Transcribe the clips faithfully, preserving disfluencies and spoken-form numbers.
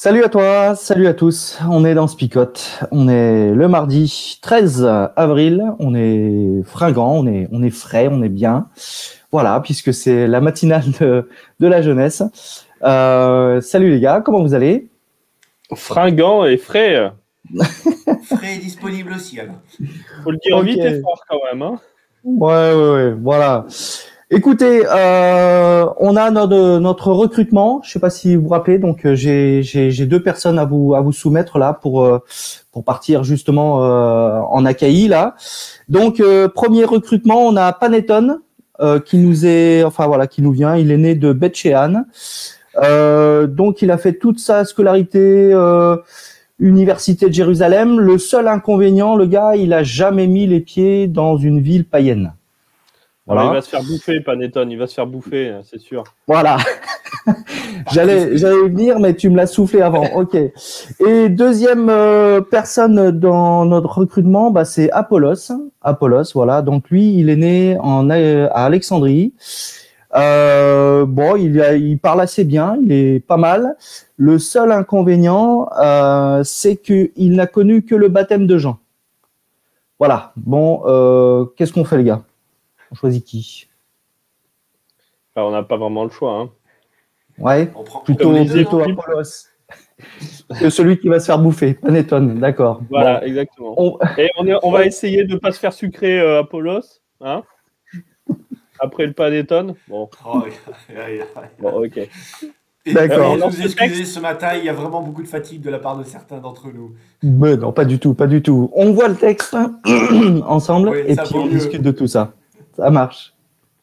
Salut à toi, salut à tous. On est dans Spicote. On est le mardi treize avril. On est fringant, on est, on est frais, on est bien. Voilà, puisque c'est la matinale de, de la jeunesse. Euh, salut les gars, comment vous allez? Fringant et frais. Frais et disponible aussi, alors. Faut le dire Ok. vite et fort quand même. Hein. Ouais, ouais, ouais, voilà. Écoutez, euh, on a notre, notre recrutement. Je sais pas si vous vous rappelez. Donc, euh, j'ai, j'ai, j'ai deux personnes à vous à vous soumettre là pour euh, pour partir justement euh, en Achaïe là. Donc, euh, premier recrutement, on a Panettone euh, qui nous est, enfin voilà, qui nous vient. Il est né de Beth Shean. Euh, donc, il a fait toute sa scolarité euh, Université de Jérusalem. Le seul inconvénient, le gars, il a jamais mis les pieds dans une ville païenne. Voilà. Voilà. Il va se faire bouffer, Panettone. Il va se faire bouffer, c'est sûr. Voilà. j'allais, j'allais venir, mais tu me l'as soufflé avant. Ok. Et deuxième euh, personne dans notre recrutement, bah, c'est Apollos. Apollos, voilà. Donc lui, il est né en à Alexandrie. Euh, bon, il, a, il parle assez bien, il est pas mal. Le seul inconvénient, euh, c'est qu'il n'a connu que le baptême de Jean. Voilà. Bon, euh, qu'est-ce qu'on fait, les gars? On choisit qui? Enfin, on n'a pas vraiment le choix. Hein. Ouais. On prend Plutôt, les deux, plutôt non Apollos. Que celui qui va se faire bouffer, Panettone, d'accord. Voilà, Bon. exactement. On... Et on, est, on va essayer de ne pas se faire sucrer euh, Apollos. Hein après le Panettone. Bon. Oh, aïe, aïe, aïe. Bon, ok. Et, D'accord. et nous excuser ce matin, il y a vraiment beaucoup de fatigue de la part de certains d'entre nous. Mais non, pas du tout, pas du tout. On voit le texte ensemble Oui, et ça puis vaut on mieux. discute de tout ça. Ça marche.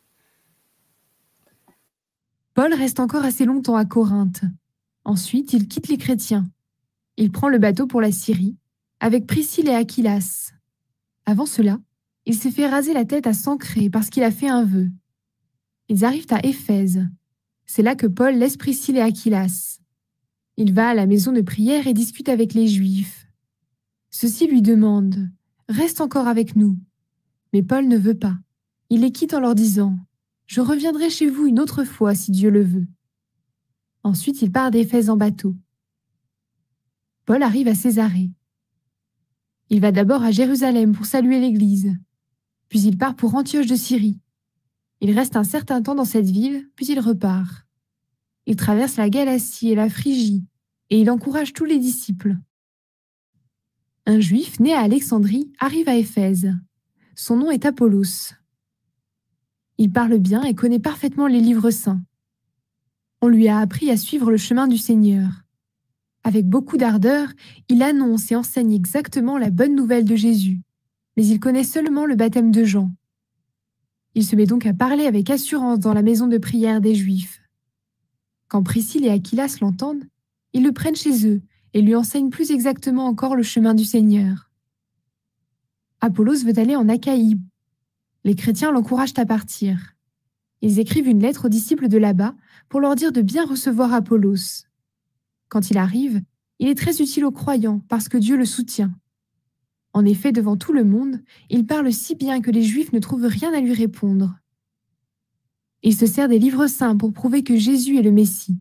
Paul reste encore assez longtemps à Corinthe. Ensuite, il quitte les chrétiens. Il prend le bateau pour la Syrie, avec Priscille et Aquilas. Avant cela, il s'est fait raser la tête à Sancré parce qu'il a fait un vœu. Ils arrivent à Éphèse. C'est là que Paul laisse Priscille et Aquilas. Il va à la maison de prière et discute avec les Juifs. Ceux-ci lui demandent « Reste encore avec nous ». Mais Paul ne veut pas. Il les quitte en leur disant « Je reviendrai chez vous une autre fois si Dieu le veut ». Ensuite, il part d'Éphèse en bateau. Paul arrive à Césarée. Il va d'abord à Jérusalem pour saluer l'Église. Puis il part pour Antioche de Syrie. Il reste un certain temps dans cette ville, puis il repart. Il traverse la Galatie et la Phrygie, et il encourage tous les disciples. Un Juif né à Alexandrie arrive à Éphèse. Son nom est Apollos. Il parle bien et connaît parfaitement les livres saints. On lui a appris à suivre le chemin du Seigneur. Avec beaucoup d'ardeur, il annonce et enseigne exactement la bonne nouvelle de Jésus, mais il connaît seulement le baptême de Jean. Il se met donc à parler avec assurance dans la maison de prière des Juifs. Quand Priscille et Aquilas l'entendent, ils le prennent chez eux et lui enseignent plus exactement encore le chemin du Seigneur. Apollos veut aller en Achaïe. Les chrétiens l'encouragent à partir. Ils écrivent une lettre aux disciples de là-bas pour leur dire de bien recevoir Apollos. Quand il arrive, il est très utile aux croyants parce que Dieu le soutient. En effet, devant tout le monde, il parle si bien que les Juifs ne trouvent rien à lui répondre. Il se sert des livres saints pour prouver que Jésus est le Messie.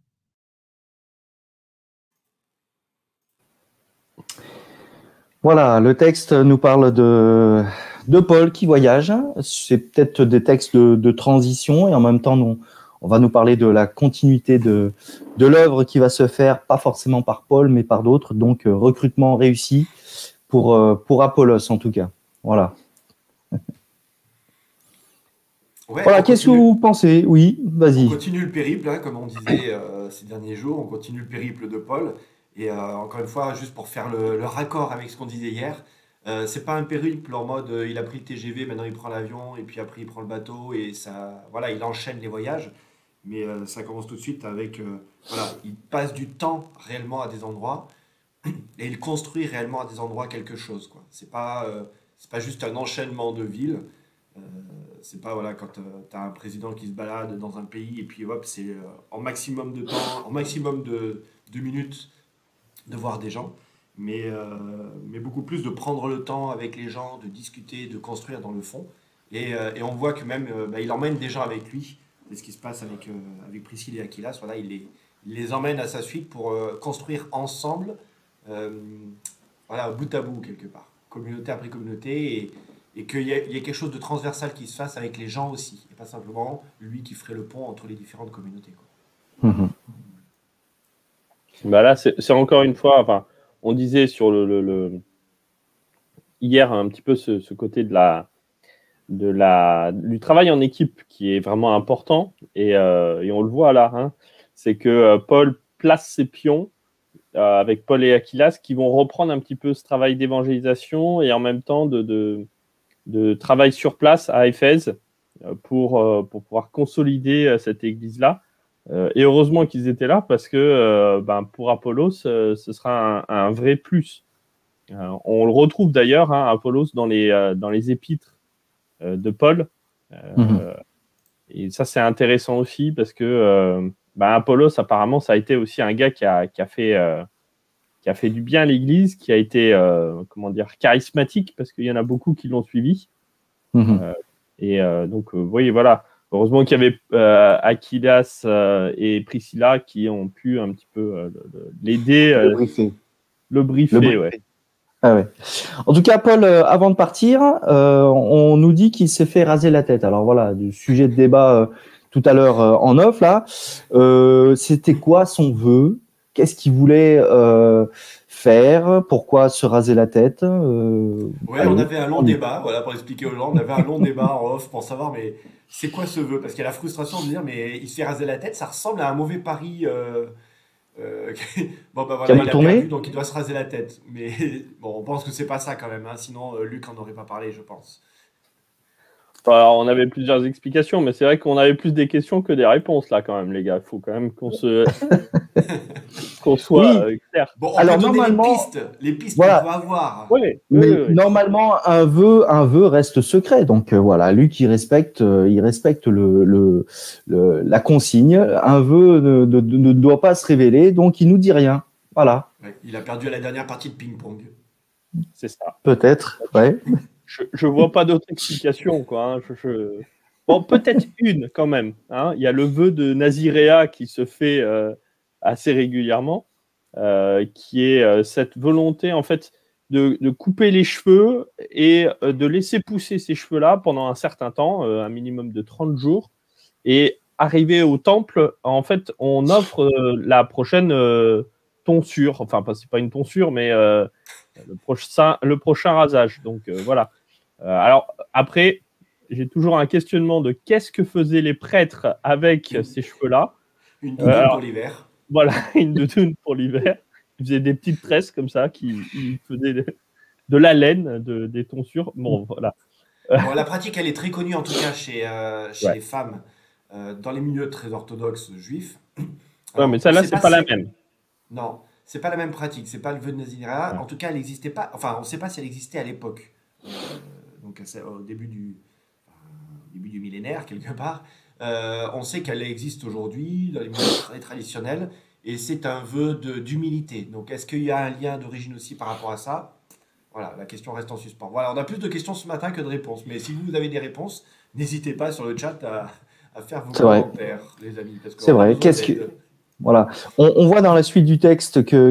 Voilà, le texte nous parle de, de Paul qui voyage. C'est peut-être des textes de, de transition et en même temps, on, on va nous parler de la continuité de, de l'œuvre qui va se faire, pas forcément par Paul, mais par d'autres. Donc, euh, recrutement réussi pour, euh, pour Apollos en tout cas. Voilà. Ouais, voilà, qu'est-ce que vous pensez? Oui, vas-y. On continue le périple, hein, comme on disait euh, ces derniers jours, on continue le périple de Paul. Et euh, encore une fois, juste pour faire le, le raccord avec ce qu'on disait hier, euh, c'est pas un périple en mode euh, il a pris le T G V, maintenant il prend l'avion, et puis après il prend le bateau, et ça, voilà, il enchaîne les voyages. Mais euh, ça commence tout de suite avec, euh, voilà, il passe du temps réellement à des endroits, et il construit réellement à des endroits quelque chose, quoi. C'est pas, euh, c'est pas juste un enchaînement de villes. Euh, c'est pas voilà quand euh, tu as un président qui se balade dans un pays et puis hop c'est euh, en maximum de temps, en maximum de, de minutes de voir des gens, mais, euh, mais beaucoup plus de prendre le temps avec les gens, de discuter, de construire dans le fond. Et, euh, et on voit que même euh, bah, il emmène des gens avec lui. C'est ce qui se passe avec, euh, avec Priscille et Aquilas. Voilà, il les, il les emmène à sa suite pour euh, construire ensemble, euh, voilà, bout à bout quelque part, communauté après communauté, et, et qu'il y, ait- il y ait quelque chose de transversal qui se fasse avec les gens aussi, et pas simplement lui qui ferait le pont entre les différentes communautés, quoi. Mhm. Bah là, c'est c'est encore une fois, enfin, on disait sur le, le- le- hier un petit peu ce, ce côté de la, de la, du travail en équipe qui est vraiment important et, euh, et on le voit là, hein, c'est que euh, Paul place ses pions euh, avec Paul et Aquilas qui vont reprendre un petit peu ce travail d'évangélisation et en même temps de, de, de travail sur place à Éphèse euh, pour, euh, pour pouvoir consolider euh, cette église-là. Euh, et heureusement qu'ils étaient là parce que euh, ben, pour Apollos, euh, ce sera un, un vrai plus. Euh, on le retrouve d'ailleurs, hein, Apollos, dans les, euh, dans les épîtres euh, de Paul. Mhm. Euh, et ça, c'est intéressant aussi parce que euh, ben, Apollos, apparemment, ça a été aussi un gars qui a, qui a fait... Euh, qui a fait du bien à l'Église, qui a été, euh, comment dire, charismatique, parce qu'il y en a beaucoup qui l'ont suivi. Mhm. Euh, et euh, donc, euh, vous voyez, voilà. Heureusement qu'il y avait euh, Aquilas euh, et Priscilla qui ont pu un petit peu euh, le- l'aider, Le euh, briefer. le Le briefer, briefer. ouais. Ah ouais. En tout cas, Paul, euh, avant de partir, euh, on nous dit qu'il s'est fait raser la tête. Alors voilà, du sujet de débat euh, tout à l'heure euh, en off là. Euh, c'était quoi son vœu? Qu'est-ce qu'il voulait euh, faire? Pourquoi se raser la tête? Euh, Ouais, on allez, avait un long on y débat, voilà, pour expliquer aux gens, on avait un long débat en off pour savoir, mais c'est quoi ce vœu? Parce qu'il y a la frustration de dire, mais il se fait raser la tête, ça ressemble à un mauvais pari. euh, euh, bon, bah qui a voilà, mal il a perdu, tourné. donc il doit se raser la tête. Mais bon, on pense que c'est pas ça quand même, hein, sinon euh, Luc en aurait pas parlé, je pense. Alors, on avait plusieurs explications, mais c'est vrai qu'on avait plus des questions que des réponses, là, quand même, les gars. Il faut quand même qu'on se, qu'on soit Oui. euh, clair. Bon, on peut Alors donner les normalement, pistes, les pistes qu'on peut voilà. avoir. Oui, oui, Mais oui, oui. normalement, un vœu, un vœu reste secret. Donc euh, voilà, lui qui respecte, euh, il respecte le, le, le- la consigne. Un vœu ne, ne, ne doit pas se révéler, donc il nous dit rien. Voilà, Ouais, il a perdu à la dernière partie de ping-pong. C'est ça. peut-être. Ouais. Je, je vois pas d'autre explication, quoi. Hein. Je, je... Bon, peut-être une quand même. Hein. Il y a le vœu de Naziréa qui se fait euh, assez régulièrement, euh, qui est euh, cette volonté, en fait, de, de couper les cheveux et euh, de laisser pousser ces cheveux-là pendant un certain temps, euh, un minimum de trente jours. Et arrivé au temple, en fait, on offre euh, la prochaine euh, tonsure. Enfin, pas- c'est pas une tonsure, mais euh, le, prochain, le prochain rasage. Donc euh, voilà. Euh, alors après, j'ai toujours un questionnement de qu'est-ce que faisaient les prêtres avec Une, ces cheveux-là. une Euh, doudoune pour alors l'hiver. voilà, une doudoune pour l'hiver. Ils faisaient des petites tresses comme ça, qui ils faisaient de, de la laine, de, des tonsures. Bon, voilà. Euh, Bon, la pratique, elle est très connue en tout cas chez, euh, chez ouais. les femmes euh, dans les milieux très orthodoxes juifs. Ouais, mais Alors, on ne celle-là, sait c'est pas pas si la elle... même. Non, c'est pas la même pratique, c'est pas le vœu de Naziréa. Ouais. En tout cas, elle n'existait pas. Enfin, on ne sait pas si elle existait à l'époque. Euh, donc, c'est au début du, au début du millénaire, quelque part. Euh, on sait qu'elle existe aujourd'hui dans les milieux très traditionnels. Et c'est un vœu de- d'humilité. Donc, est-ce qu'il y a un lien d'origine aussi par rapport à ça? Voilà, la question reste en suspens. Voilà, on a plus de questions ce matin que de réponses. Mais si vous avez des réponses, n'hésitez pas sur le chat à, à faire vos C'est vrai. commentaires, les amis, parce C'est qu'on a vrai. besoin Qu'est-ce que d'aide. Voilà. On, on voit dans la suite du texte que,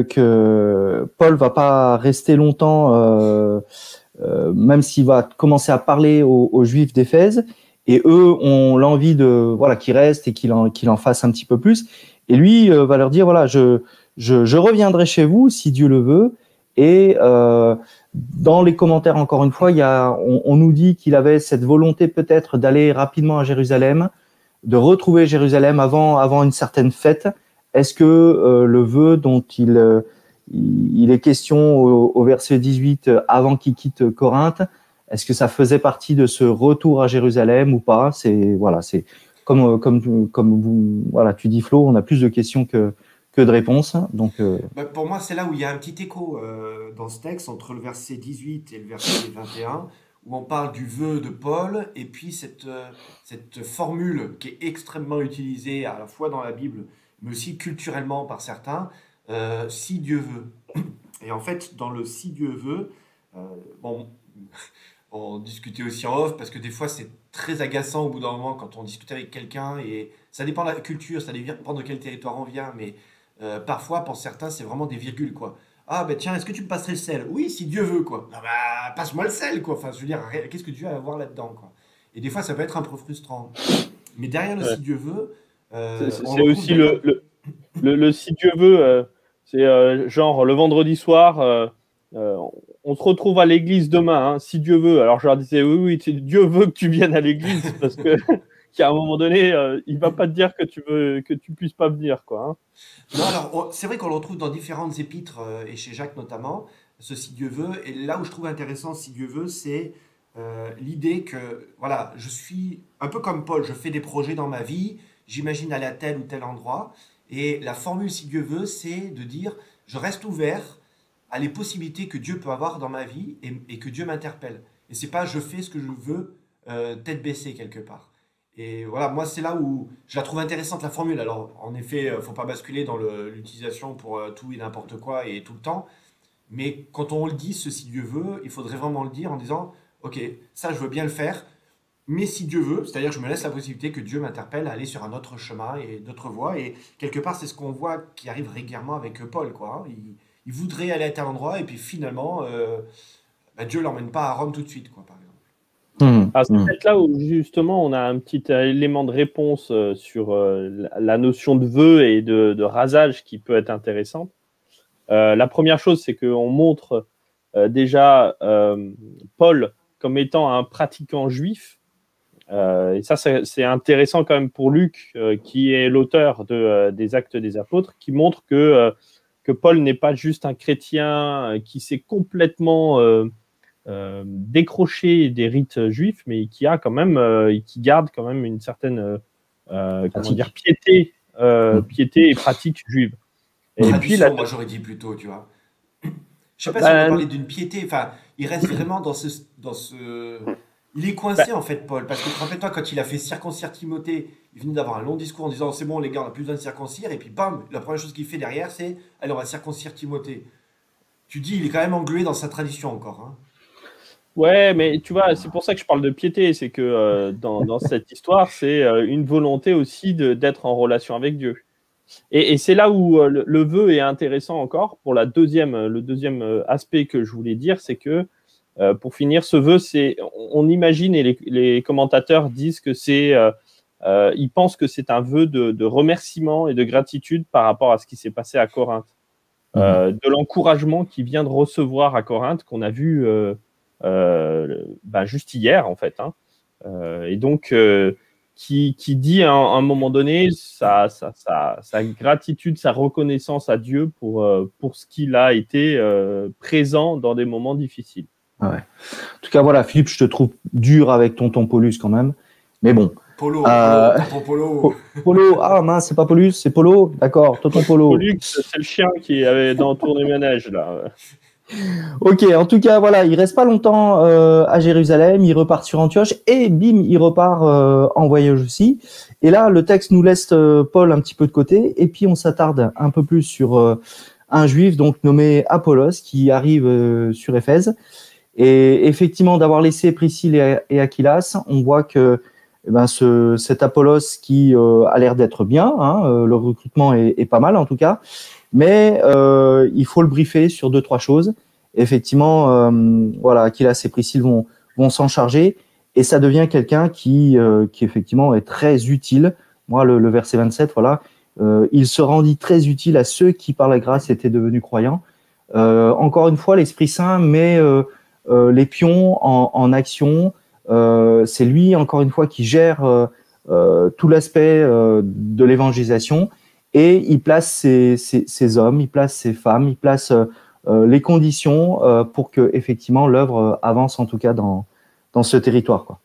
que Paul va pas rester longtemps, euh, euh, même s'il va commencer à parler aux, aux Juifs d'Éphèse, et eux ont l'envie de voilà qu'il reste et qu'il en, qu'il en fasse un petit peu plus. Et lui euh, va leur dire voilà je, je je reviendrai chez vous si Dieu le veut. Et euh, dans les commentaires encore une fois, il y a on, on nous dit qu'il avait cette volonté peut-être d'aller rapidement à Jérusalem, de retrouver Jérusalem avant avant une certaine fête. Est-ce que euh, le vœu dont il euh, il est question au, au verset dix-huit, euh, avant qu'il quitte Corinthe, est-ce que ça faisait partie de ce retour à Jérusalem ou pas? C'est voilà, c'est comme comme comme vous voilà, tu dis Flo, on a plus de questions que que de réponses. Donc euh, Bah, pour moi, c'est là où il y a un petit écho euh, dans ce texte entre le verset dix-huit et le verset vingt et un, où on parle du vœu de Paul, et puis cette, euh, cette formule qui est extrêmement utilisée à la fois dans la Bible, mais aussi culturellement par certains, euh, si Dieu veut. Et en fait, dans le si Dieu veut, euh, bon, on discutait aussi en off, parce que des fois c'est très agaçant au bout d'un moment quand on discute avec quelqu'un et Ça dépend de la culture, ça dépend de quel territoire on vient, mais euh, parfois, pour certains, c'est vraiment des virgules, quoi. Ah, ben tiens, est-ce que tu me passerais le sel? Oui, si Dieu veut, quoi. Ah, bah, passe-moi le sel, quoi. Enfin, je veux dire, qu'est-ce que Dieu a à voir là-dedans, quoi. Et des fois, ça peut être un peu frustrant. Mais derrière le Ouais. si Dieu veut, C'est euh, on le c'est retrouve aussi d'ailleurs. le, le, le, le si Dieu veut, euh, c'est euh, genre le vendredi soir, euh, euh, on se retrouve à l'église demain, hein, si Dieu veut. Alors je leur disais, oui, oui, tu- Dieu veut que tu viennes à l'église parce que qu'à un moment donné, euh, il va pas te dire que tu veux que tu puisses pas venir, quoi. Hein. Non, alors, on- c'est vrai qu'on le retrouve dans différentes épîtres, euh, et chez Jacques notamment, ce si Dieu veut. Et là où je trouve intéressant si Dieu veut, c'est euh, l'idée que, voilà, je suis un peu comme Paul, je fais des projets dans ma vie, j'imagine aller à tel ou tel endroit. Et la formule si Dieu veut, c'est de dire, je reste ouvert à les possibilités que Dieu peut avoir dans ma vie et, et que Dieu m'interpelle. Et c'est pas je fais ce que je veux, euh, tête baissée quelque part. Et voilà, moi, c'est là où je la trouve intéressante, la formule. Alors, en effet, euh, faut pas basculer dans le- l'utilisation pour euh, tout et n'importe quoi et tout le temps. Mais quand on le dit, ce si Dieu veut, il faudrait vraiment le dire en disant, OK, ça, je veux bien le faire, mais si Dieu veut, c'est-à-dire je me laisse la possibilité que Dieu m'interpelle à aller sur un autre chemin et d'autres voies. Et quelque part, c'est ce qu'on voit qui arrive régulièrement avec Paul, quoi. Hein. Il, il voudrait aller à tel endroit et puis finalement, euh, bah, Dieu l'emmène pas à Rome tout de suite, quoi, par exemple. Hum, Ah, c'est hum. peut-être là où justement on a un petit élément de réponse euh, sur euh, la la notion de vœu et de, de rasage qui peut être intéressante. Euh, la première chose, c'est qu'on montre euh, déjà euh, Paul comme étant un pratiquant juif. Euh, et ça, c'est c'est intéressant quand même pour Luc, euh, qui est l'auteur de, euh, des Actes des Apôtres, qui montre que, euh, que Paul n'est pas juste un chrétien euh, qui s'est complètement euh, euh, décroché des rites juifs, mais qui a quand même, euh, qui garde quand même une certaine, euh, euh, comment dire, Pratique. piété, euh, Hum. piété et pratique juive. Et puis la, Tradition, moi j'aurais dit plutôt, tu vois. Je sais pas si on peut ben, parler d'une piété. Enfin, il reste vraiment dans ce, dans ce. Il est ben, coincé en fait, Paul, parce que rappelle-toi quand il a fait circoncire Timothée, il venait d'avoir un long discours en disant c'est bon les gars, on n'a plus besoin de circoncire, et puis bam, la première chose qu'il fait derrière, c'est allez, on va circoncire Timothée. Tu dis, il est quand même englué dans sa tradition encore. Hein. ouais, mais tu vois, c'est pour ça que je parle de piété, c'est que euh, dans, dans cette histoire, c'est euh, une volonté aussi de- d'être en relation avec Dieu. Et, et c'est là où euh, le, le vœu est intéressant encore. Pour la deuxième, euh, le deuxième euh, aspect que je voulais dire, c'est que euh, pour finir, ce vœu, c'est, on, on imagine et les, les commentateurs disent que c'est, euh, euh, ils pensent que c'est un vœu de, de remerciement et de gratitude par rapport à ce qui s'est passé à Corinthe. Hum. Euh, de l'encouragement qu'il vient de recevoir à Corinthe, qu'on a vu euh, euh, bah, juste hier, en fait. Hein. Euh, et donc, euh, qui, qui dit à un, à un moment donné sa, sa, sa, sa gratitude, sa reconnaissance à Dieu pour, euh, pour ce qu'il a été euh, présent dans des moments difficiles. Ah ouais. En tout cas, voilà, Philippe, je te trouve dur avec tonton Paulus quand même. Mais bon. Polo, Euh, Polo, tonton Polo. Po- Polo, ah mince, c'est pas Paulus, c'est Polo. D'accord, tonton Polo. Pollux, c'est le chien qui avait dans Tour des Manèges, là. Ok, en tout cas, voilà, il reste pas longtemps euh, à Jérusalem, il repart sur Antioche et bim, il repart euh, en voyage aussi. Et là, le texte nous laisse euh, Paul un petit peu de côté et puis on s'attarde un peu plus sur euh, un juif donc nommé Apollos qui arrive euh, sur Éphèse. Et effectivement, d'avoir laissé Priscille et, et Aquilas, on voit que eh ben, ce, cet Apollos qui euh, a l'air d'être bien, hein, euh, le recrutement est, est pas mal en tout cas, mais euh, il faut le briefer sur deux trois choses. Effectivement, euh, voilà, Aquilas et Priscille vont vont s'en charger et ça devient quelqu'un qui euh, qui effectivement est très utile. Moi, le, le verset vingt-sept, voilà, euh, il se rendit très utile à ceux qui par la grâce étaient devenus croyants. Euh, encore une fois, l'Esprit Saint met euh, euh, les pions en, en action. Euh, c'est lui, encore une fois, qui gère euh, euh, tout l'aspect euh, de l'évangélisation et il place ses, ses, ses hommes, il place ses femmes, il place euh, euh, les conditions euh, pour que effectivement l'œuvre avance en tout cas dans dans ce territoire, quoi.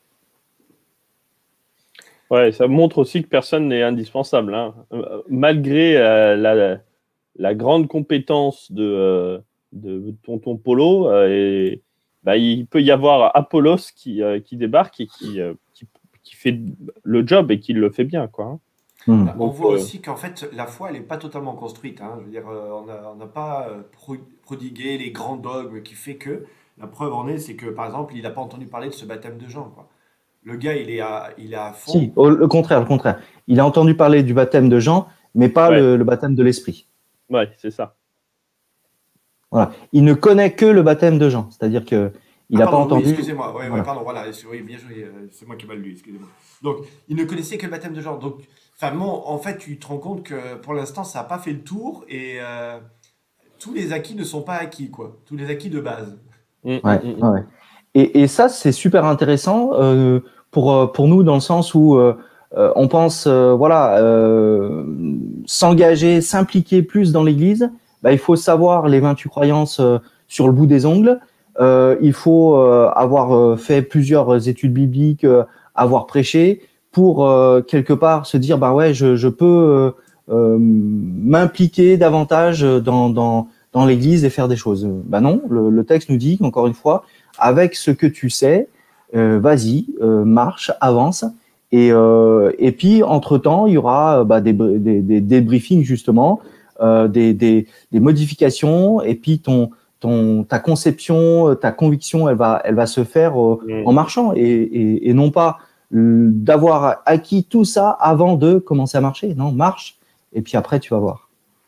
Ouais, ça montre aussi que personne n'est indispensable. Hein. Euh, Malgré euh, la, la grande compétence de, euh, de tonton Polo, euh, et, bah, il peut y avoir Apollos qui, euh, qui débarque et qui, euh, qui, qui fait le job et qui le fait bien. Quoi. Hein. Mmh. Bah, on Donc, voit euh, aussi qu'en fait, la foi, elle n'est pas totalement construite. Hein. Je veux dire, euh, on n'a on n'a pas euh, pro- prodigué les grands dogmes qui fait que. La preuve en est, c'est que, par exemple, il n'a pas entendu parler de ce baptême de Jean, quoi. Le gars, il est à, il est à fond. Si, au le contraire, le contraire. Il a entendu parler du baptême de Jean, mais pas Ouais. le, le baptême de l'Esprit. Ouais, c'est ça. Voilà. Il ne connaît que le baptême de Jean, c'est-à-dire que il Ah, n'a pas pardon, oui, entendu. excusez-moi. Ouais, ouais, Voilà. pardon, voilà. Oui, bien joué. euh, C'est moi qui ai mal lu, excusez-moi. Donc, il ne connaissait que le baptême de Jean. Donc, enfin, bon, en fait, tu te rends compte que pour l'instant, ça n'a pas fait le tour et euh, tous les acquis ne sont pas acquis, quoi. Tous les acquis de base. Mm, Ouais, mm, mm. ouais. Et, et ça, c'est super intéressant euh, pour euh, pour nous dans le sens où euh, euh, on pense, euh, voilà, euh, s'engager, s'impliquer plus dans l'Église. Bah, il faut savoir les vingt-huit croyances euh, sur le bout des ongles. Euh, il faut euh, avoir euh, fait plusieurs études bibliques, euh, avoir prêché pour euh, quelque part se dire, bah ouais, je, je peux euh, euh, m'impliquer davantage dans dans dans l'Église et faire des choses. Bah non, le, le texte nous dit encore une fois, avec ce que tu sais, euh, vas-y, euh, marche, avance. Et, euh, et puis, entre-temps, il y aura bah, des, des, des débriefings, justement, euh, des, des, des modifications, et puis ton, ton, ta conception, ta conviction, elle va, elle va se faire euh, Mm. en marchant, et, et, et non pas euh, d'avoir acquis tout ça avant de commencer à marcher. Non, marche, et puis après, tu vas voir.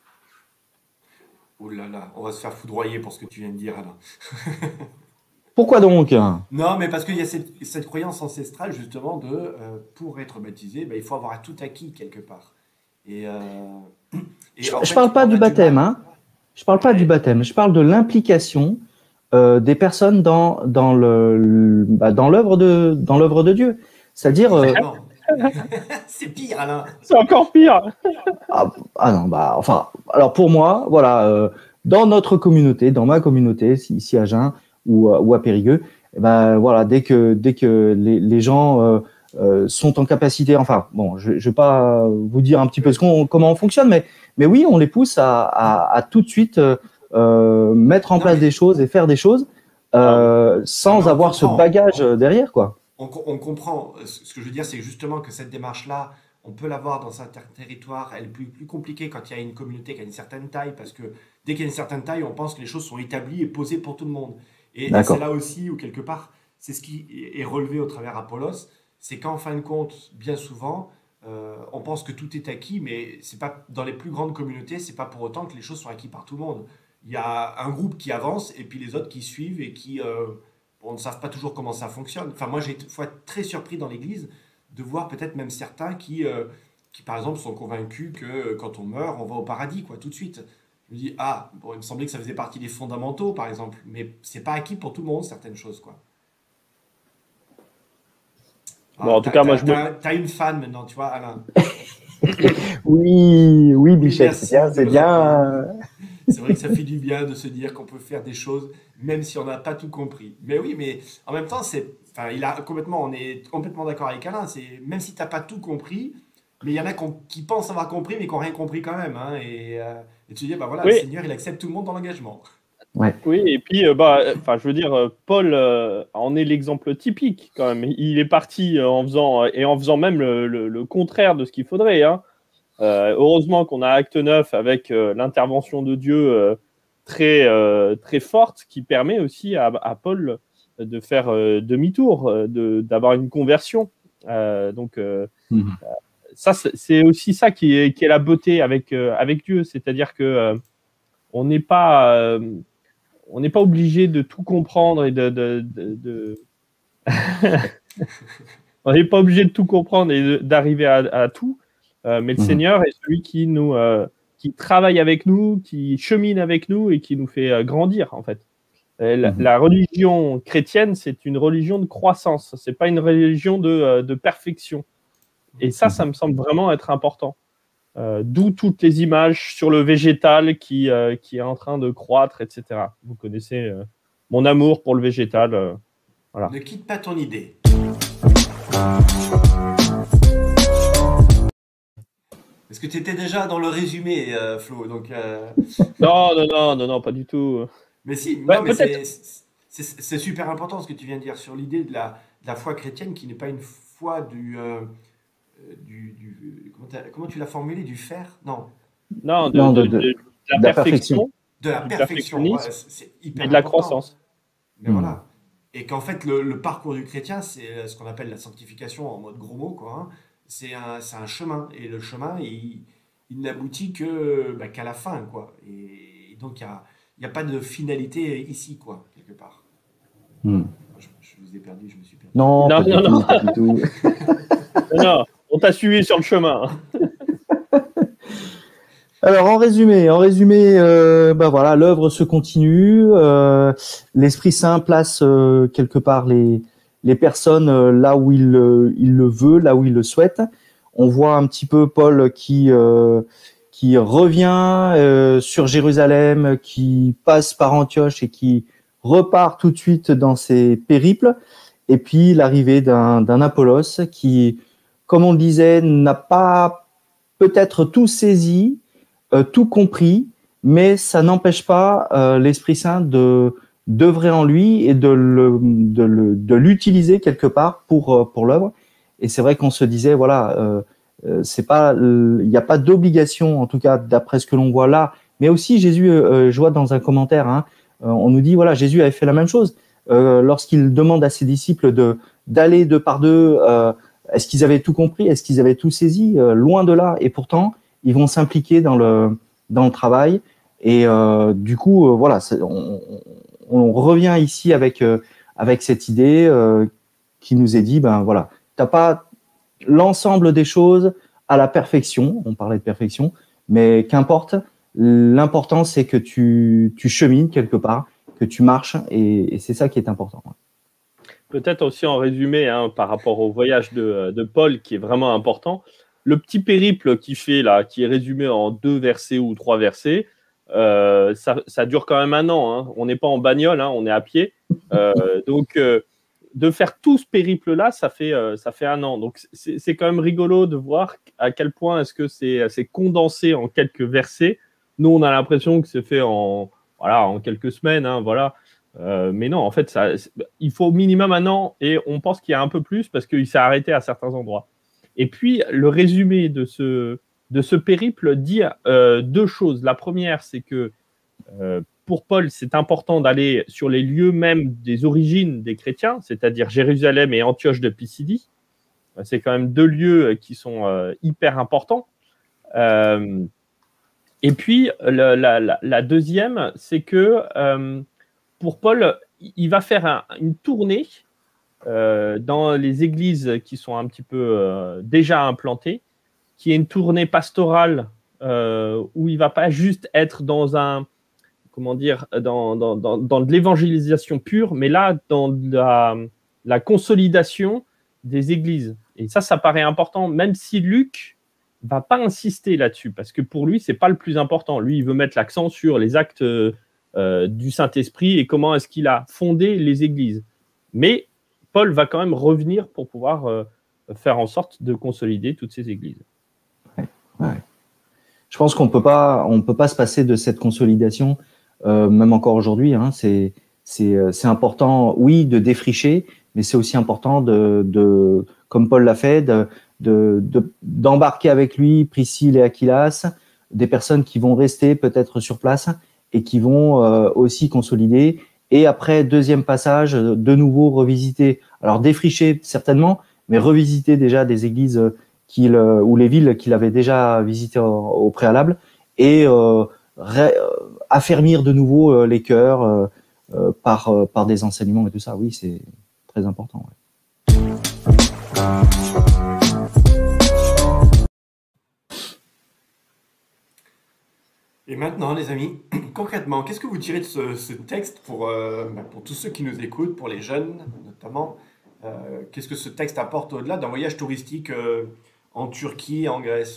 Oh là là, on va se faire foudroyer pour ce que tu viens de dire, Alain. Pourquoi donc? Non, mais parce qu'il y a cette, cette croyance ancestrale, justement, de euh, pour être baptisé, bah, il faut avoir tout acquis quelque part. Et, euh, et Je, en je fait, parle pas on du a du baptême, mal. hein. Je parle pas Ouais. du baptême. Je parle de l'implication euh, des personnes dans dans le, le- bah, dans l'œuvre de dans l'œuvre de Dieu. C'est-à-dire euh, Exactement. C'est pire, Alain. C'est encore pire. ah, ah non bah enfin alors pour moi voilà euh, dans notre communauté, dans ma communauté ici ici à Jeun ou à- ou à Périgueux, eh ben voilà dès que dès que les, les gens euh, euh, sont en capacité, enfin bon je je vais pas vous dire un petit peu ce qu'on comment on fonctionne, mais mais oui on les pousse à à, à tout de suite euh, euh, mettre en Non, place mais des choses et faire des choses Ah oui. euh, non, mais sans on avoir ce comprend. bagage On, derrière quoi. on, on comprend. Ce que je veux dire, c'est justement que cette démarche-là, on peut l'avoir dans un ter- territoire. Elle est plus, plus compliquée quand il y a une communauté qui a une certaine taille, parce que dès qu'il y a une certaine taille, on pense que les choses sont établies et posées pour tout le monde. Et, et c'est D'accord. là aussi où, quelque part, c'est ce qui est est relevé au travers Apollos, c'est qu'en fin de compte, bien souvent, euh, on pense que tout est acquis, mais c'est pas dans les plus grandes communautés, c'est pas pour autant que les choses sont acquises par tout le monde. Il y a un groupe qui avance et puis les autres qui suivent et qui euh, bon, ne savent pas toujours comment ça fonctionne. Enfin, moi, j'ai fois très surpris dans l'Église de voir peut-être même certains qui, euh, qui, par exemple, sont convaincus que euh, quand on meurt, on va au paradis, quoi, tout de suite. Je me dis, ah, bon, il me semblait que ça faisait partie des fondamentaux, par exemple, mais c'est pas acquis pour tout le monde, certaines choses, quoi. Bon, Ah, en tout t'as, cas, moi, t'as- je me. t'as- t'as une fan maintenant, tu vois, Alain. Oui, oui, Oui, Bichette, c'est merci bien, de c'est le bien. rappeler. euh, C'est vrai que ça fait du bien de se dire qu'on peut faire des choses même si on n'a pas tout compris. Mais oui, mais en même temps, c'est, enfin, il a complètement, on est complètement d'accord avec Alain. C'est même si t'as pas tout compris, mais il y en a qu'on- qui pensent avoir compris mais qui n'ont rien compris quand même. Hein, et, euh, et tu te dis, bah voilà, le Oui, Seigneur, il accepte tout le monde dans l'engagement. Ouais. oui, et puis, euh, bah, enfin, je veux dire, euh, Paul euh, en est l'exemple typique quand même. Il est parti euh, en faisant et en faisant même le, le- le contraire de ce qu'il faudrait. Hein. Euh, heureusement qu'on a Acte neuf avec euh, l'intervention de Dieu euh, très très, très forte qui permet aussi à, à Paul de faire euh, demi-tour, euh, de, d'avoir une conversion. Euh, donc euh, Mhm. ça, c'est c'est aussi ça qui est, qui est la beauté avec euh, avec Dieu, c'est-à-dire que euh, on n'est pas euh, on n'est pas obligé de tout comprendre et de, de, de, de... on n'est pas obligé de tout comprendre et de, d'arriver à, à tout, euh, mais le Mhm. Seigneur est celui qui nous euh, qui travaille avec nous, qui chemine avec nous et qui nous fait euh, grandir en fait. Et la, Mhm. la religion chrétienne, c'est une religion de croissance, c'est pas une religion de, euh, de perfection. Et ça, ça me semble vraiment être important. Euh, d'où toutes les images sur le végétal qui, euh, qui est en train de croître, et cetera. Vous connaissez euh, mon amour pour le végétal. euh, voilà. Ne quitte pas ton idée. Parce que tu étais déjà dans le résumé, euh, Flo. Donc, euh, Non, non, non, non, non, pas du tout. mais si, Ouais, non, mais peut-être. c'est, c'est, c'est super important ce que tu viens de dire sur l'idée de la, de la foi chrétienne qui n'est pas une foi du, euh, du, du- comment, t'as- comment tu l'as formulé, du faire? Non, Non, de, Non, de, de, de, de, de la de la perfection. perfection, de la du perfection. Ouais, perfectionnisme, c'est c'est mais hyper de la important. croissance. Mais Mhm. voilà. et qu'en fait, le, le parcours du chrétien, c'est ce qu'on appelle la sanctification en mode gros mots, quoi, hein. C'est un, c'est un chemin, et le chemin, il, il n'aboutit que, bah, qu'à la fin, quoi. Et, et donc, il n'y a, il y a pas de finalité ici, quoi, quelque part. Hmm. Je, je vous ai perdu, je me suis perdu. Non, Non, pas non, du non. tout, pas du tout. Non, on t'a suivi sur le chemin. Alors en résumé, en résumé, euh, bah voilà, l'œuvre se continue. Euh, L'Esprit Saint place euh, quelque part les les personnes euh, là où il euh, il le veut, là où il le souhaite. On voit un petit peu Paul qui euh, qui revient euh, sur Jérusalem, qui passe par Antioche et qui repart tout de suite dans ses périples. Et puis l'arrivée d'un d'un Apollos qui, comme on le disait, n'a pas peut-être tout saisi, euh, tout compris, mais ça n'empêche pas euh, l'Esprit Saint de d'œuvrer en lui et de le de le de l'utiliser quelque part pour euh, pour l'œuvre. Et c'est vrai qu'on se disait voilà, euh, euh, c'est pas, il n'y a pas d'obligation en tout cas d'après ce que l'on voit là, mais aussi Jésus, euh, je vois dans un commentaire, hein, euh, on nous dit voilà, Jésus avait fait la même chose euh, lorsqu'il demande à ses disciples de d'aller deux par deux. Euh, est-ce qu'ils avaient tout compris? Est-ce qu'ils avaient tout saisi? euh, Loin de là. Et pourtant, ils vont s'impliquer dans le dans le travail. Et euh, du coup, euh, voilà, on, on revient ici avec euh, avec cette idée euh, qui nous est dit, ben voilà, t'as pas l'ensemble des choses à la perfection. On parlait de perfection, mais qu'importe. L'important, c'est que tu tu chemines quelque part, que tu marches, et, et c'est ça qui est important. Peut-être aussi en résumé, hein, par rapport au voyage de, de Paul, qui est vraiment important, le petit périple qu'il fait là, qui est résumé en deux versets ou trois versets, euh, ça, ça dure quand même un an. Hein. On n'est pas en bagnole, hein, on est à pied. Euh, donc, euh, de faire tout ce périple-là, ça fait, euh, ça fait un an. Donc, c'est, c'est quand même rigolo de voir à quel point est-ce que c'est, c'est condensé en quelques versets. Nous, on a l'impression que c'est fait en, voilà, en quelques semaines. Hein, voilà. Euh, mais non, en fait, ça, il faut au minimum un an et on pense qu'il y a un peu plus parce qu'il s'est arrêté à certains endroits. Et puis, le résumé de ce, de ce périple dit euh, deux choses. La première, c'est que euh, pour Paul, c'est important d'aller sur les lieux même des origines des chrétiens, c'est-à-dire Jérusalem et Antioche de Pisidie. C'est quand même deux lieux qui sont euh, hyper importants. Euh, et puis, la, la, la deuxième, c'est que euh, pour Paul, il va faire un, une tournée euh, dans les églises qui sont un petit peu euh, déjà implantées, qui est une tournée pastorale euh, où il ne va pas juste être dans un, comment dire, dans, dans, dans, dans de l'évangélisation pure, mais là, dans la, la consolidation des églises. Et ça, ça paraît important, même si Luc ne va pas insister là-dessus, parce que pour lui, ce n'est pas le plus important. Lui, il veut mettre l'accent sur les actes euh, euh, du Saint-Esprit et comment est-ce qu'il a fondé les églises. Mais Paul va quand même revenir pour pouvoir euh, faire en sorte de consolider toutes ces églises. Ouais, ouais. Je pense qu'on peut pas, on peut pas se passer de cette consolidation, euh, même encore aujourd'hui. Hein, c'est, c'est, c'est important, oui, de défricher, mais c'est aussi important de, de, comme Paul l'a fait, de, de, de, d'embarquer avec lui Priscille et Aquilas, des personnes qui vont rester peut-être sur place et qui vont euh, aussi consolider. Et après, deuxième passage, de nouveau revisiter, alors défricher certainement, mais revisiter déjà des églises qu'il, ou les villes qu'il avait déjà visitées au, au préalable, et euh, ré, affermir de nouveau euh, les cœurs euh, euh, par, euh, par des enseignements et tout ça. Oui, c'est très important. Ouais. Et maintenant, les amis, concrètement, qu'est-ce que vous tirez de ce, ce texte pour, euh, pour tous ceux qui nous écoutent, pour les jeunes notamment euh, qu'est-ce que ce texte apporte au-delà d'un voyage touristique euh, en Turquie et en Grèce?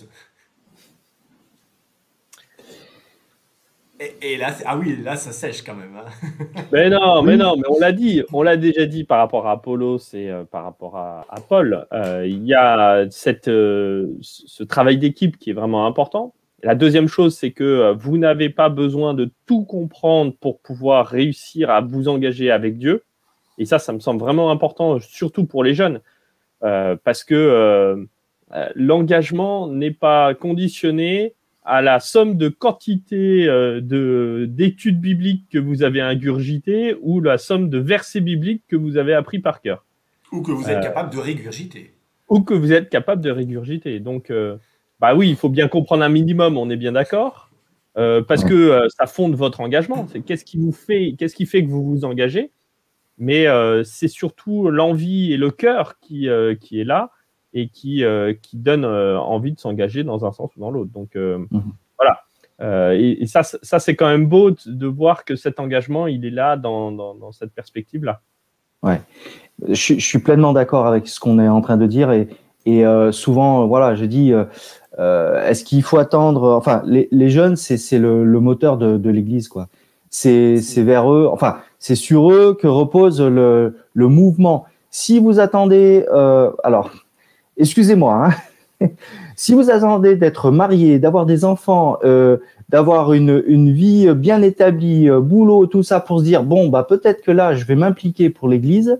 Et, et là, c'est, ah oui, là, ça sèche quand même. Hein. Mais non, mais non, mais on l'a dit, on l'a déjà dit par rapport à Apollos et euh, par rapport à, à Paul. Euh, il y a cette, euh, ce travail d'équipe qui est vraiment important. La deuxième chose, c'est que vous n'avez pas besoin de tout comprendre pour pouvoir réussir à vous engager avec Dieu. Et ça, ça me semble vraiment important, surtout pour les jeunes, euh, parce que euh, l'engagement n'est pas conditionné à la somme de quantité euh, de, d'études bibliques que vous avez ingurgitées ou la somme de versets bibliques que vous avez appris par cœur. Ou que vous êtes Euh, capable de régurgiter. Ou que vous êtes capable de régurgiter. Donc, euh, bah oui, il faut bien comprendre un minimum, on est bien d'accord, euh, parce que euh, ça fonde votre engagement. C'est qu'est-ce qui vous fait, qu'est-ce qui fait que vous vous engagez, mais euh, c'est surtout l'envie et le cœur qui, euh, qui est là et qui, euh, qui donne euh, envie de s'engager dans un sens ou dans l'autre. Donc, euh, Mhm. voilà. Euh, et, et ça, ça, c'est quand même beau de voir que cet engagement, il est là dans, dans, dans cette perspective-là. Ouais. Je, je suis pleinement d'accord avec ce qu'on est en train de dire et, et euh, souvent, voilà, je dis, euh, euh, est-ce qu'il faut attendre, enfin, les, les jeunes, c'est, c'est le, le moteur de, de l'Église, quoi. C'est, c'est vers eux, enfin, c'est sur eux que repose le, le mouvement. Si vous attendez, euh, alors, excusez-moi, hein, si vous attendez d'être marié, d'avoir des enfants, euh, d'avoir une, une vie bien établie, euh, boulot, tout ça, pour se dire, bon, bah peut-être que là, je vais m'impliquer pour l'Église.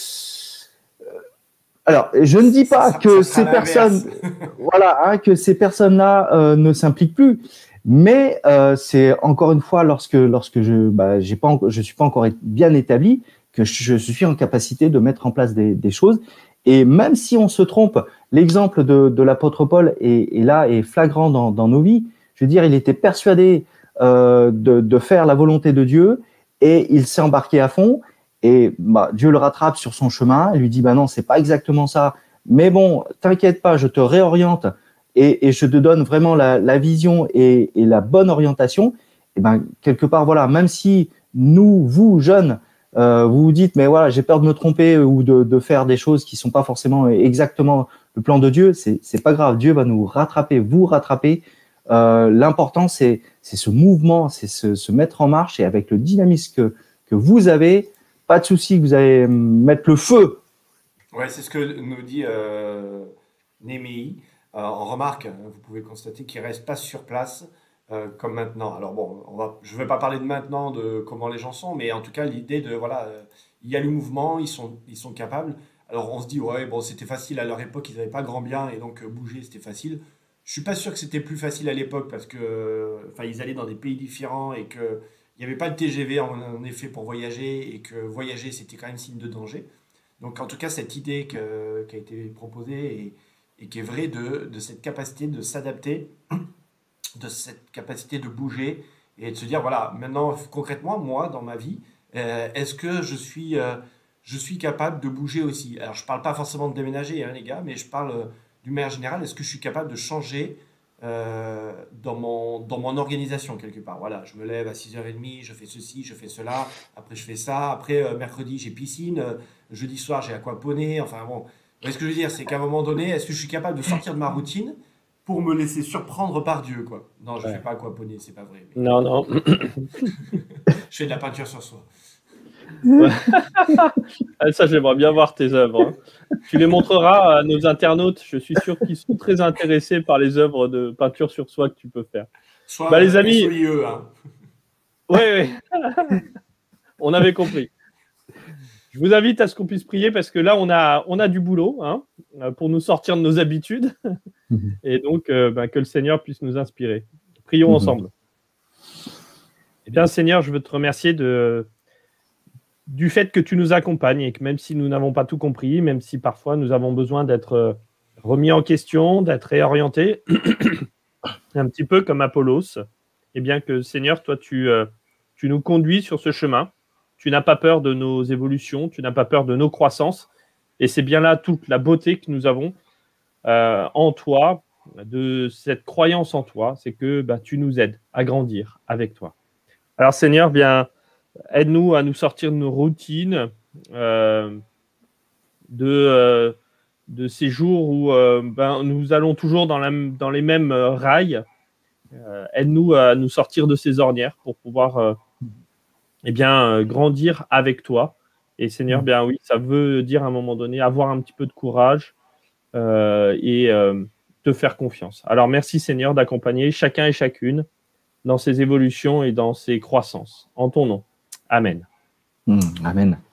Alors, je ne dis pas Ça- que ça sera ces personnes, l'inverse. voilà, hein, que ces personnes-là euh, ne s'impliquent plus, mais euh, c'est encore une fois lorsque lorsque je bah, j'ai pas en- je suis pas encore bien établi que je, je suis en capacité de mettre en place des, des choses. Et même si on se trompe, l'exemple de, de l'apôtre Paul est, est là est flagrant dans, dans nos vies. Je veux dire, il était persuadé euh, de, de faire la volonté de Dieu et il s'est embarqué à fond. Et bah, Dieu le rattrape sur son chemin, il lui dit bah non, c'est pas exactement ça, mais bon, t'inquiète pas, je te réoriente et, et je te donne vraiment la, la vision et, et la bonne orientation. Et ben quelque part voilà, même si nous, vous jeunes, euh, vous vous dites mais voilà, j'ai peur de me tromper ou de, de faire des choses qui sont pas forcément exactement le plan de Dieu, c'est c'est pas grave, Dieu va nous rattraper, vous rattraper. Euh, l'important c'est c'est ce mouvement, c'est se, se mettre en marche et avec le dynamisme que que vous avez. Pas de souci, vous allez mettre le feu. Ouais, c'est ce que nous dit euh, Néméie. Euh, on remarque, hein, vous pouvez constater qu'il reste pas sur place euh, comme maintenant. Alors bon, on va, je ne vais pas parler de maintenant, de comment les gens sont, mais en tout cas l'idée de voilà, euh, il y a le mouvement, ils sont, ils sont capables. Alors on se dit ouais, bon, c'était facile à leur époque, ils n'avaient pas grand bien et donc euh, bouger c'était facile. Je suis pas sûr que c'était plus facile à l'époque parce que, euh, enfin, ils allaient dans des pays différents et que il n'y avait pas de T G V en, en effet pour voyager et que voyager c'était quand même signe de danger. Donc en tout cas, cette idée que- qui a été proposée et, et qui est vraie de, de cette capacité de s'adapter, de cette capacité de bouger et de se dire, voilà, maintenant, concrètement, moi, dans ma vie, euh, est-ce que je suis, euh, je suis capable de bouger aussi? Alors, je ne parle pas forcément de déménager, hein, les gars, mais je parle euh, d'une manière générale, est-ce que je suis capable de changer euh, dans mon, dans mon organisation quelque part? Voilà, je me lève à six heures trente, je fais ceci, je fais cela, après je fais ça, après euh, mercredi j'ai piscine, euh, jeudi soir j'ai aquaponé, enfin bon, vous voyez ce que je veux dire, c'est qu'à un moment donné, est-ce que je suis capable de sortir de ma routine pour me laisser surprendre par Dieu, quoi? Non, je ne Ouais. fais pas aquaponer, c'est pas vrai, mais Non, non. je fais de la peinture sur soi. Ah, ça, j'aimerais bien voir tes œuvres. hein. Tu les montreras à nos internautes. Je suis sûr qu'ils sont très intéressés par les œuvres de peinture sur soi que tu peux faire. Soit Bah, les euh, amis- S O I E, hein. Oui, oui. On avait compris. Je vous invite à ce qu'on puisse prier parce que là, on a, on a du boulot hein, pour nous sortir de nos habitudes. Mhm. Et donc, euh, bah, que le Seigneur puisse nous inspirer. Prions Mhm. ensemble. Eh bien, Seigneur, je veux te remercier de, du fait que tu nous accompagnes et que même si nous n'avons pas tout compris, même si parfois nous avons besoin d'être euh, remis en question, d'être réorientés, un petit peu comme Apollos, eh bien que Seigneur, toi, tu, euh, tu nous conduis sur ce chemin. Tu n'as pas peur de nos évolutions, tu n'as pas peur de nos croissances. Et c'est bien là toute la beauté que nous avons euh, en toi, de cette croyance en toi, c'est que bah, tu nous aides à grandir avec toi. Alors Seigneur, bien, aide-nous à nous sortir de nos routines, euh, de, euh, de ces jours où euh, ben, nous allons toujours dans, la, dans les mêmes euh, rails. Euh, aide-nous à nous sortir de ces ornières pour pouvoir euh, eh bien, euh, grandir avec toi. Et Seigneur, bien oui, ça veut dire à un moment donné avoir un petit peu de courage euh, et euh, te faire confiance. Alors merci Seigneur d'accompagner chacun et chacune dans ses évolutions et dans ses croissances. En ton nom. Amen. Mmh, amen.